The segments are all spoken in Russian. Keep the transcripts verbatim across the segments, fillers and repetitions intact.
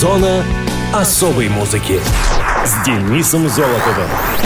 Зона особой музыки с Денисом Золотовым.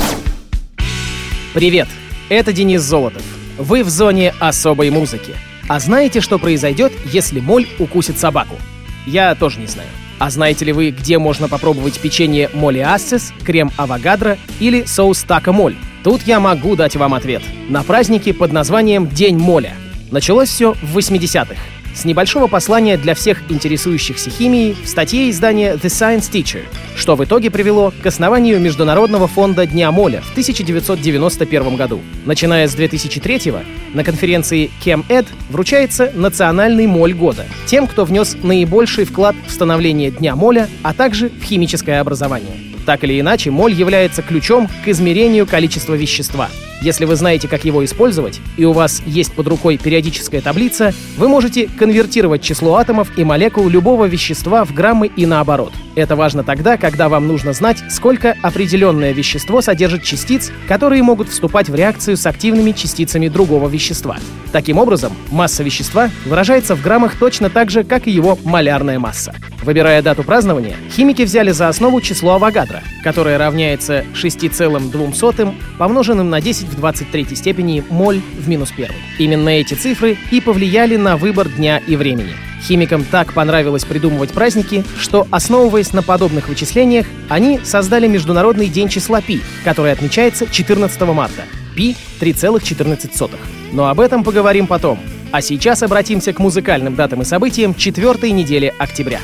Привет, это Денис Золотов. Вы в зоне особой музыки. А знаете, что произойдет, если моль укусит собаку? Я тоже не знаю. А знаете ли вы, где можно попробовать печенье молиассес, крем авогадро или соус тако-моль? Тут я могу дать вам ответ. На празднике под названием День моля. Началось все в восьмидесятых. С небольшого послания для всех интересующихся химией в статье издания The Science Teacher, что в итоге привело к основанию Международного фонда Дня моля в тысяча девятьсот девяносто первом году. Начиная с две тысячи третьего на конференции ChemEd вручается Национальный моль года тем, кто внес наибольший вклад в становление Дня моля, а также в химическое образование. Так или иначе, моль является ключом к измерению количества вещества. Если вы знаете, как его использовать, и у вас есть под рукой периодическая таблица, вы можете конвертировать число атомов и молекул любого вещества в граммы и наоборот. Это важно тогда, когда вам нужно знать, сколько определенное вещество содержит частиц, которые могут вступать в реакцию с активными частицами другого вещества. Таким образом, масса вещества выражается в граммах точно так же, как и его молярная масса. Выбирая дату празднования, химики взяли за основу число Авогадро, которое равняется шесть целых две десятых помноженным на десять в двадцать третьей степени моль в минус первой. Именно эти цифры и повлияли на выбор дня и времени. Химикам так понравилось придумывать праздники, что, основываясь на подобных вычислениях, они создали Международный день числа π, который отмечается четырнадцатого марта. π три целых четырнадцать сотых. Но об этом поговорим потом. А сейчас обратимся к музыкальным датам и событиям четвертой недели октября.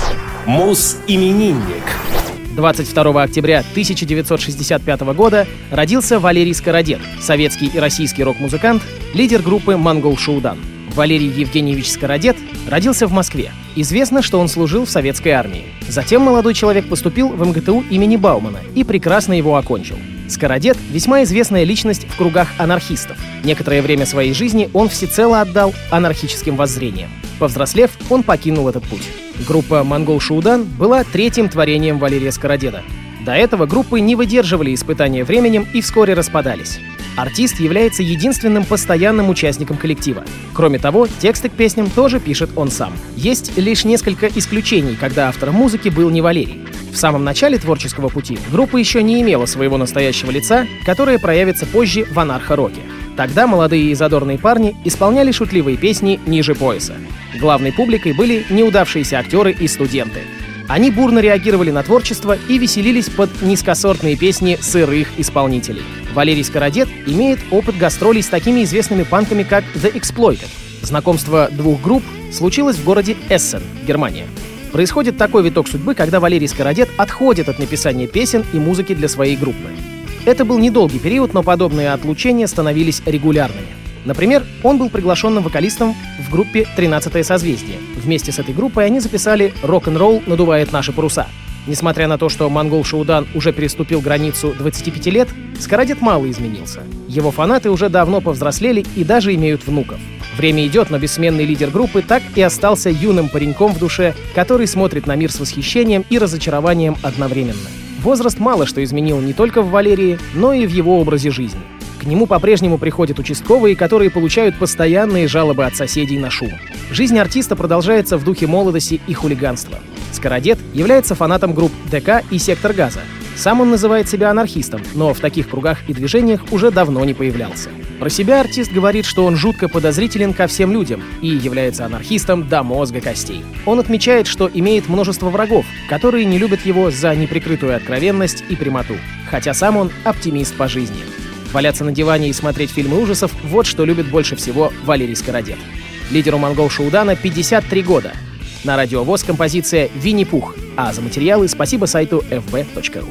Мус-именинник. двадцать второго октября тысяча девятьсот шестьдесят пятого года родился Валерий Скородет, советский и российский рок-музыкант, лидер группы Монгол Шуудан. Валерий Евгеньевич Скородет родился в Москве. Известно, что он служил в советской армии. Затем молодой человек поступил в эм гэ тэ у имени Баумана и прекрасно его окончил. Скородет — весьма известная личность в кругах анархистов. Некоторое время своей жизни он всецело отдал анархическим воззрениям. Повзрослев, он покинул этот путь. Группа Монгол Шуудан была третьим творением Валерия Скородета. До этого группы не выдерживали испытания временем и вскоре распадались. Артист является единственным постоянным участником коллектива. Кроме того, тексты к песням тоже пишет он сам. Есть лишь несколько исключений, когда автором музыки был не Валерий. В самом начале творческого пути группа еще не имела своего настоящего лица, которое проявится позже в анархо-роке. Тогда молодые и задорные парни исполняли шутливые песни ниже пояса. Главной публикой были неудавшиеся актеры и студенты. Они бурно реагировали на творчество и веселились под низкосортные песни сырых исполнителей. Валерий Скородет имеет опыт гастролей с такими известными панками, как The Exploited. Знакомство двух групп случилось в городе Эссен, Германия. Происходит такой виток судьбы, когда Валерий Скородет отходит от написания песен и музыки для своей группы. Это был недолгий период, но подобные отлучения становились регулярными. Например, он был приглашенным вокалистом в группе «тринадцатое созвездие». Вместе с этой группой они записали «Рок-н-ролл надувает наши паруса». Несмотря на то, что Монгол Шуудан уже переступил границу двадцати пяти лет, Скородет мало изменился. Его фанаты уже давно повзрослели и даже имеют внуков. Время идет, но бессменный лидер группы так и остался юным пареньком в душе, который смотрит на мир с восхищением и разочарованием одновременно. Возраст мало что изменил не только в Валерии, но и в его образе жизни. К нему по-прежнему приходят участковые, которые получают постоянные жалобы от соседей на шум. Жизнь артиста продолжается в духе молодости и хулиганства. Скородет является фанатом групп дэ ка и «Сектор газа». Сам он называет себя анархистом, но в таких кругах и движениях уже давно не появлялся. Про себя артист говорит, что он жутко подозрителен ко всем людям и является анархистом до мозга костей. Он отмечает, что имеет множество врагов, которые не любят его за неприкрытую откровенность и прямоту, хотя сам он оптимист по жизни. Валяться на диване и смотреть фильмы ужасов — вот что любит больше всего Валерий Скородет. Лидеру Монгол Шуудана пятьдесят три года. На Радио ВОС композиция «Винни-Пух», а за материалы спасибо сайту эф бэ точка ру.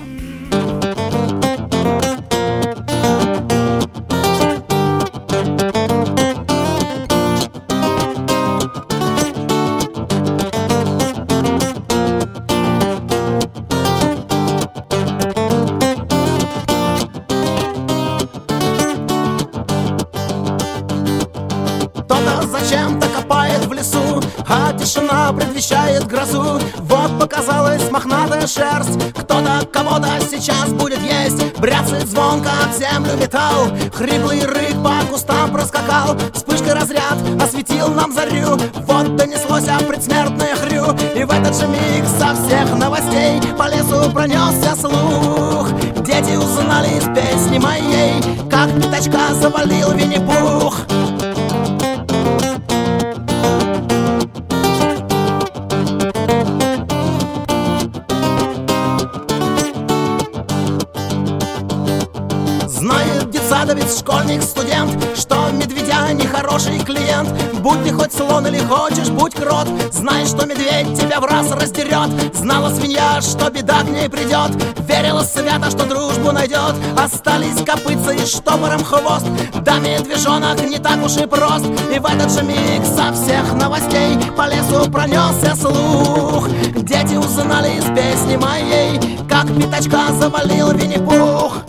Зачем-то копает в лесу, а тишина предвещает обещает грозу. Вот показалась мохнатая шерсть, кто-то кого-то сейчас будет есть. Бряцает звонко об землю металл, хриплый рык по кустам проскакал. Вспышкой разряд осветил нам зарю, вот донеслось предсмертное хрю. И в этот же миг со всех новостей по лесу пронесся слух. Дети узнали из песни моей, как пятачка завалил Винни-Пух. Знает детсадовец, школьник, студент, что медведя нехороший клиент. Будь ты хоть слон или хочешь, будь крот, знай, что медведь тебя в раз раздерет. Знала свинья, что беда к ней придет, верила свято, что дружбу найдет. Остались копытца и штопором хвост, да медвежонок не так уж и прост. И в этот же миг со всех новостей по лесу пронесся слух. Дети узнали из песни моей, как пятачка завалил Винни-Пух.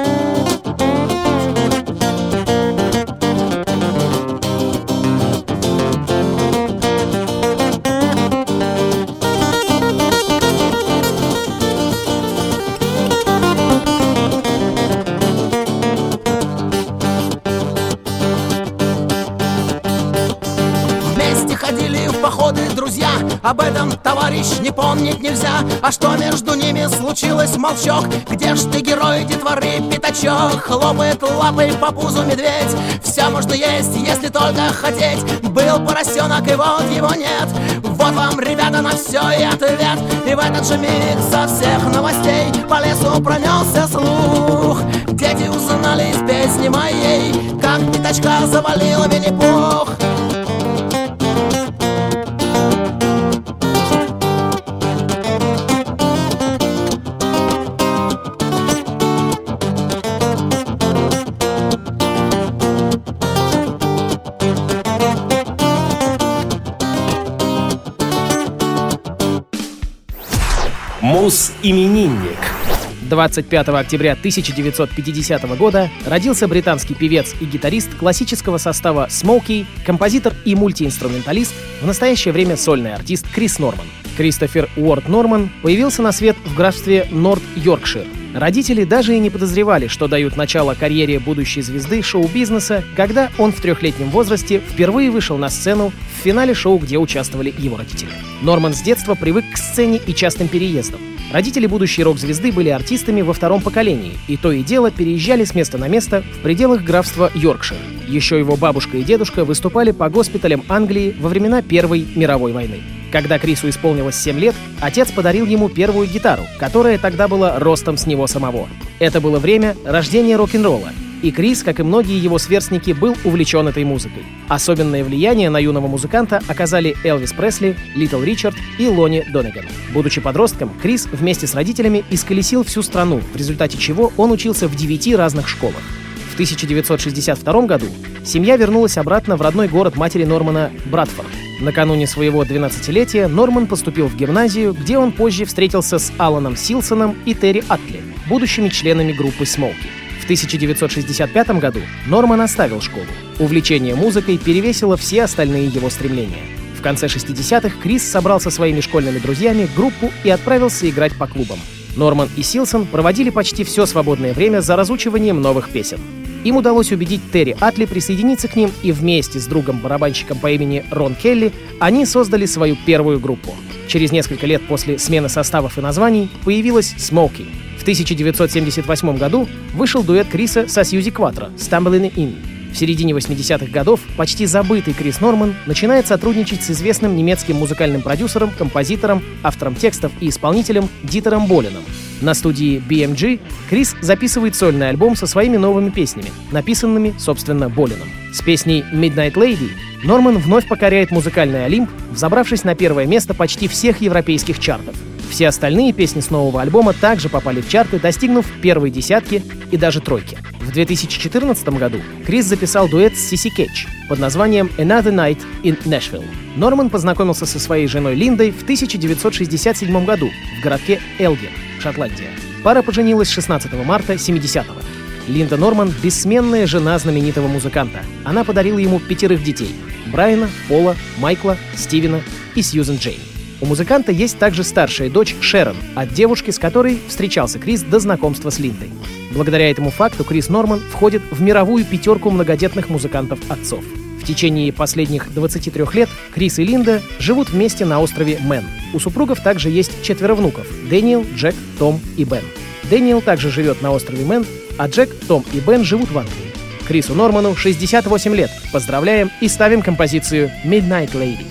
Ходили в походы друзья, об этом, товарищ, не помнить нельзя. А что между ними случилось, молчок? Где ж ты, герой детворы, пятачок? Хлопает лапой по пузу медведь. Все можно есть, если только хотеть. Был поросенок, и вот его нет. Вот вам, ребята, на все и ответ. И в этот же миг со всех новостей по лесу пронесся слух. Дети узнали из песни моей, как пятачка завалила Винни-Пух. Мус-именинник. двадцать пятого октября тысяча девятьсот пятидесятого года родился британский певец и гитарист классического состава Smokey, композитор и мультиинструменталист, в настоящее время сольный артист Крис Норман. Кристофер Уорд Норман появился на свет в графстве Норт-Йоркшир. Родители даже и не подозревали, что дают начало карьере будущей звезды шоу-бизнеса, когда он в трехлетнем возрасте впервые вышел на сцену в финале шоу, где участвовали его родители. Норман с детства привык к сцене и частым переездам. Родители будущей рок-звезды были артистами во втором поколении, и то и дело переезжали с места на место в пределах графства Йоркшир. Еще его бабушка и дедушка выступали по госпиталям Англии во времена Первой мировой войны. Когда Крису исполнилось семь лет, отец подарил ему первую гитару, которая тогда была ростом с него самого. Это было время рождения рок-н-ролла, и Крис, как и многие его сверстники, был увлечен этой музыкой. Особенное влияние на юного музыканта оказали Элвис Пресли, Литл Ричард и Лони Донеган. Будучи подростком, Крис вместе с родителями исколесил всю страну, в результате чего он учился в девяти разных школах. В тысяча девятьсот шестьдесят втором году семья вернулась обратно в родной город матери Нормана Брадфорд. Накануне своего двенадцатилетия Норман поступил в гимназию, где он позже встретился с Аланом Силсоном и Терри Атли, будущими членами группы Smokey. В тысяча девятьсот шестьдесят пятом году Норман оставил школу. Увлечение музыкой перевесило все остальные его стремления. В конце шестидесятых Крис собрал со своими школьными друзьями группу и отправился играть по клубам. Норман и Силсон проводили почти все свободное время за разучиванием новых песен. Им удалось убедить Терри Атли присоединиться к ним, и вместе с другом-барабанщиком по имени Рон Келли они создали свою первую группу. Через несколько лет после смены составов и названий появилась Smokey. В тысяча девятьсот семьдесят восьмом году вышел дуэт Криса со Сьюзи Кватро «Stumbling In». В середине восьмидесятых годов почти забытый Крис Норман начинает сотрудничать с известным немецким музыкальным продюсером, композитором, автором текстов и исполнителем Дитером Болином. На студии би эм джи Крис записывает сольный альбом со своими новыми песнями, написанными, собственно, Болином. С песней «Midnight Lady» Норман вновь покоряет музыкальный Олимп, взобравшись на первое место почти всех европейских чартов. Все остальные песни с нового альбома также попали в чарты, достигнув первой десятки и даже тройки. В две тысячи четырнадцатом году Крис записал дуэт с Сиси Кетч под названием «Another Night in Nashville». Норман познакомился со своей женой Линдой в тысяча девятьсот шестьдесят седьмом году в городке Элгин, Шотландия. Пара поженилась шестнадцатого марта семидесятого. Линда Норман — бессменная жена знаменитого музыканта. Она подарила ему пятерых детей — Брайана, Пола, Майкла, Стивена и Сьюзен Джейн. У музыканта есть также старшая дочь Шерон, от девушки, с которой встречался Крис до знакомства с Линдой. Благодаря этому факту Крис Норман входит в мировую пятерку многодетных музыкантов-отцов. В течение последних двадцати трёх лет Крис и Линда живут вместе на острове Мэн. У супругов также есть четверо внуков — Дэниел, Джек, Том и Бен. Дэниел также живет на острове Мэн, а Джек, Том и Бен живут в Англии. Крису Норману шестьдесят восемь лет. Поздравляем и ставим композицию «Midnight Lady».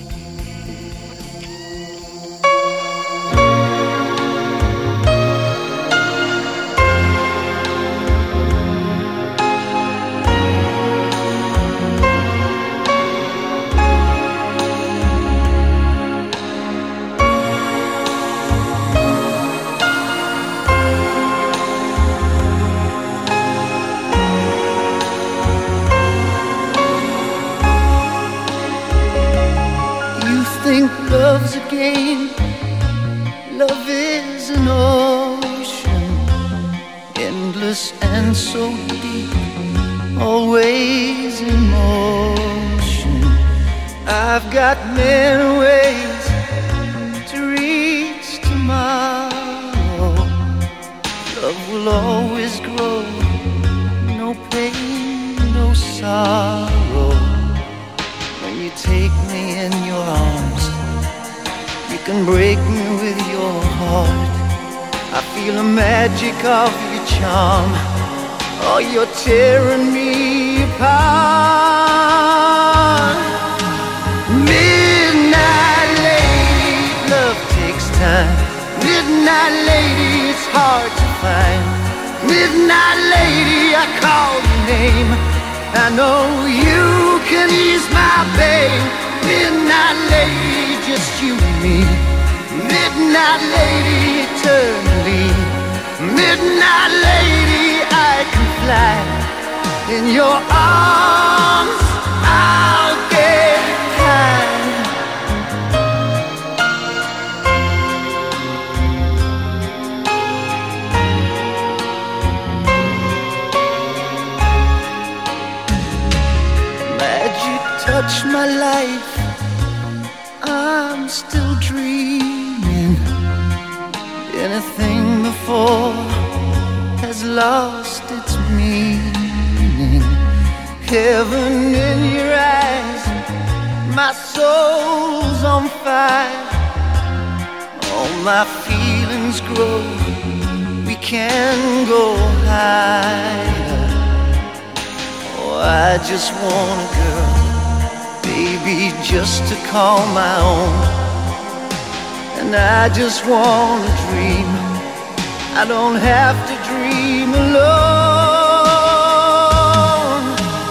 Think love's a game, love is an ocean, endless and so deep, always in motion. I've got many ways to reach tomorrow. Love will always grow, no pain, no sorrow. When you take me in your arms, you can break me with your heart. I feel the magic of your charm. Oh, you're tearing me apart. Midnight lady, love takes time. Midnight lady, it's hard to find. Midnight lady, I call your name. I know you can ease my pain. Midnight lady, just you and me. Midnight lady, eternally. Midnight lady, I can fly. In your arms, I'll get high. Magic touch my life, I'm still dreaming. Anything before has lost its meaning. Heaven in your eyes, my soul's on fire. All my feelings grow, we can go higher. Oh, I just want a girl, baby, just to call my own. And I just want to dream, I don't have to dream alone.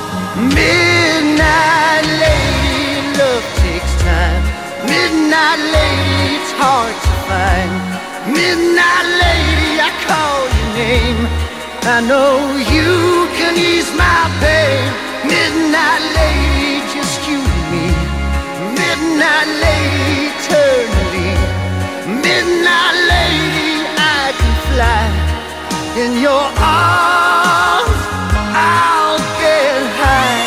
Midnight lady, love takes time. Midnight lady, it's hard to find. Midnight lady, I call your name. I know you can ease my pain. Midnight lady, just you and me. Midnight lady, eternally. Midnight lady, I can fly. In your arms, I'll get high.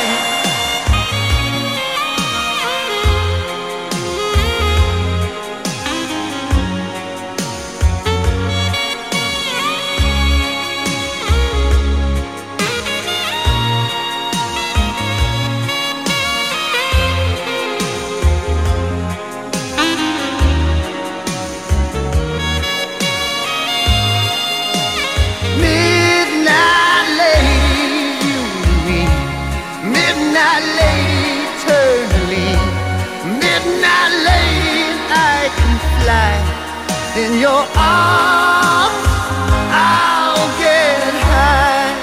Midnight lady, eternally. Midnight lady, I can fly. In your arms, I'll get high.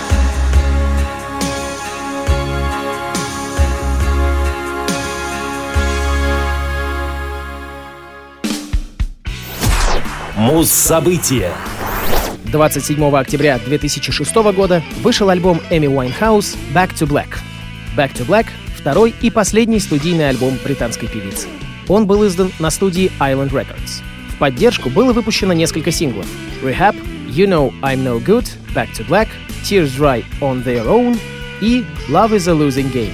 Муз-события. двадцать седьмого октября две тысячи шестого года вышел альбом Эми Уайнхаус «Back to Black». «Back to Black» — второй и последний студийный альбом британской певицы. Он был издан на студии Island Records. В поддержку было выпущено несколько синглов: «Rehab», «You Know I'm No Good», «Back to Black», «Tears Dry on Their Own» и «Love is a Losing Game».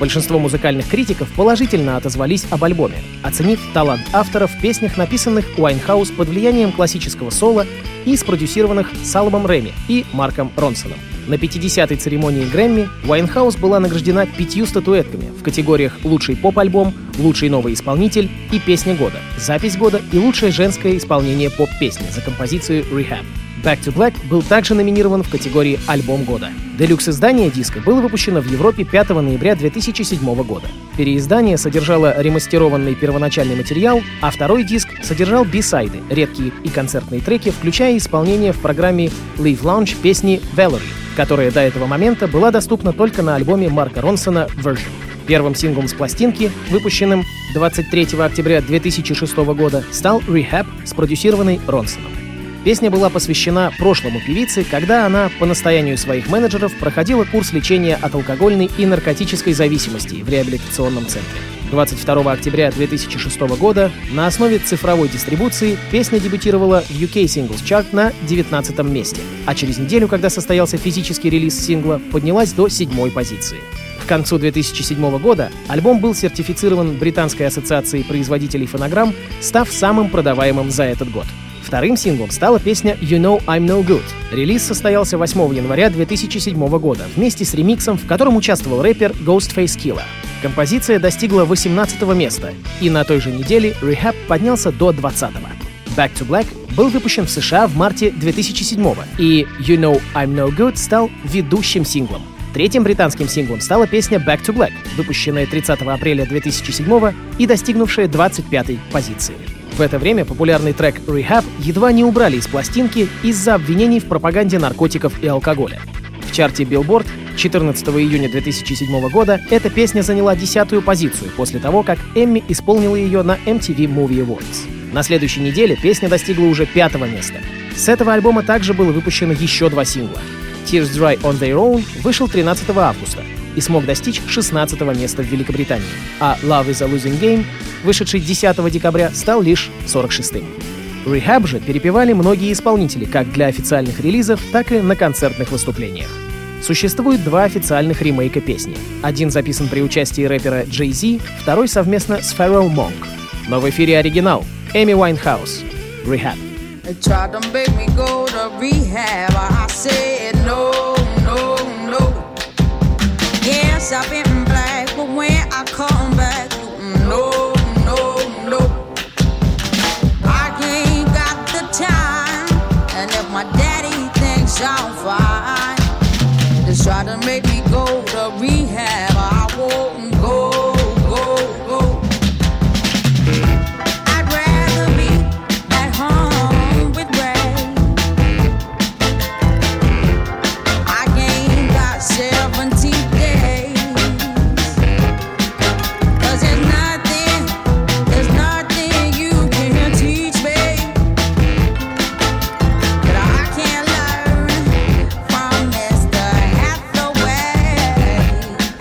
Большинство музыкальных критиков положительно отозвались об альбоме, оценив талант авторов в песнях, написанных Уайнхаус под влиянием классического соло и спродюсированных Саломом Реми и Марком Ронсоном. На пятидесятой церемонии Грэмми Уайнхаус была награждена пятью статуэтками в категориях «Лучший поп-альбом», «Лучший новый исполнитель» и «Песня года», «Запись года» и «Лучшее женское исполнение поп-песни» за композицию «Rehab». Back to Black был также номинирован в категории «Альбом года». Делюкс-издание диска было выпущено в Европе пятого ноября две тысячи седьмого года. Переиздание содержало ремастерованный первоначальный материал, а второй диск содержал би-сайды, редкие и концертные треки, включая исполнение в программе Live Lounge песни «Valerie», которая до этого момента была доступна только на альбоме Марка Ронсона «Version». Первым синглом с пластинки, выпущенным двадцать третьего октября две тысячи шестого года, стал «Rehab», спродюсированный Ронсоном. Песня была посвящена прошлому певице, когда она, по настоянию своих менеджеров, проходила курс лечения от алкогольной и наркотической зависимости в реабилитационном центре. двадцать второго октября две тысячи шестого года на основе цифровой дистрибуции песня дебютировала в ю кей Singles Chart на девятнадцатом месте, а через неделю, когда состоялся физический релиз сингла, поднялась до седьмой позиции. К концу две тысячи седьмого года альбом был сертифицирован Британской ассоциацией производителей фонограмм, став самым продаваемым за этот год. Вторым синглом стала песня «You Know I'm No Good». Релиз состоялся восьмого января две тысячи седьмого года вместе с ремиксом, в котором участвовал рэпер Ghostface Killah. Композиция достигла восемнадцатого места, и на той же неделе Rehab поднялся до двадцатого. Back to Black был выпущен в США в марте две тысячи седьмого, и «You Know I'm No Good» стал ведущим синглом. Третьим британским синглом стала песня «Back to Black», выпущенная тридцатого апреля две тысячи седьмого и достигнувшая двадцать пятой позиции. В это время популярный трек «Rehab» едва не убрали из пластинки из-за обвинений в пропаганде наркотиков и алкоголя. В чарте Billboard четырнадцатого июня две тысячи седьмого года эта песня заняла десятую позицию после того, как Эмми исполнила ее на эм ти ви Movie Awards. На следующей неделе песня достигла уже пятого места. С этого альбома также было выпущено еще два сингла. «Tears Dry on Their Own» вышел тринадцатого августа и смог достичь шестнадцатого места в Великобритании, а «Love is a Losing Game», вышедший десятого декабря, стал лишь сорок шестым. «Rehab» же перепевали многие исполнители как для официальных релизов, так и на концертных выступлениях. Существует два официальных ремейка песни. Один записан при участии рэпера Jay-Z, второй совместно с Pharoah Monch. Но в эфире оригинал — Эми Уайнхаус, «Rehab». They tried to make me go to rehab. I said no, no, no. Yes, I've been black, but when I come back, no, no, no. I ain't got the time, and if my daddy thinks I'm fine, they try to make me go to rehab. I won't go, go, go. I'd rather be at home with Ray. I ain't got seventy days. 'Cause there's nothing, there's nothing you can teach me that I can't learn from Mister Hathaway.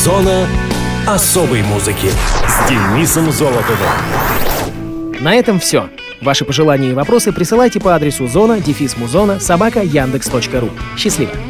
Зона особой музыки с Денисом Золотовым. На этом все. Ваши пожелания и вопросы присылайте по адресу зона дефис музона собака яндекс точка ру. Счастливо!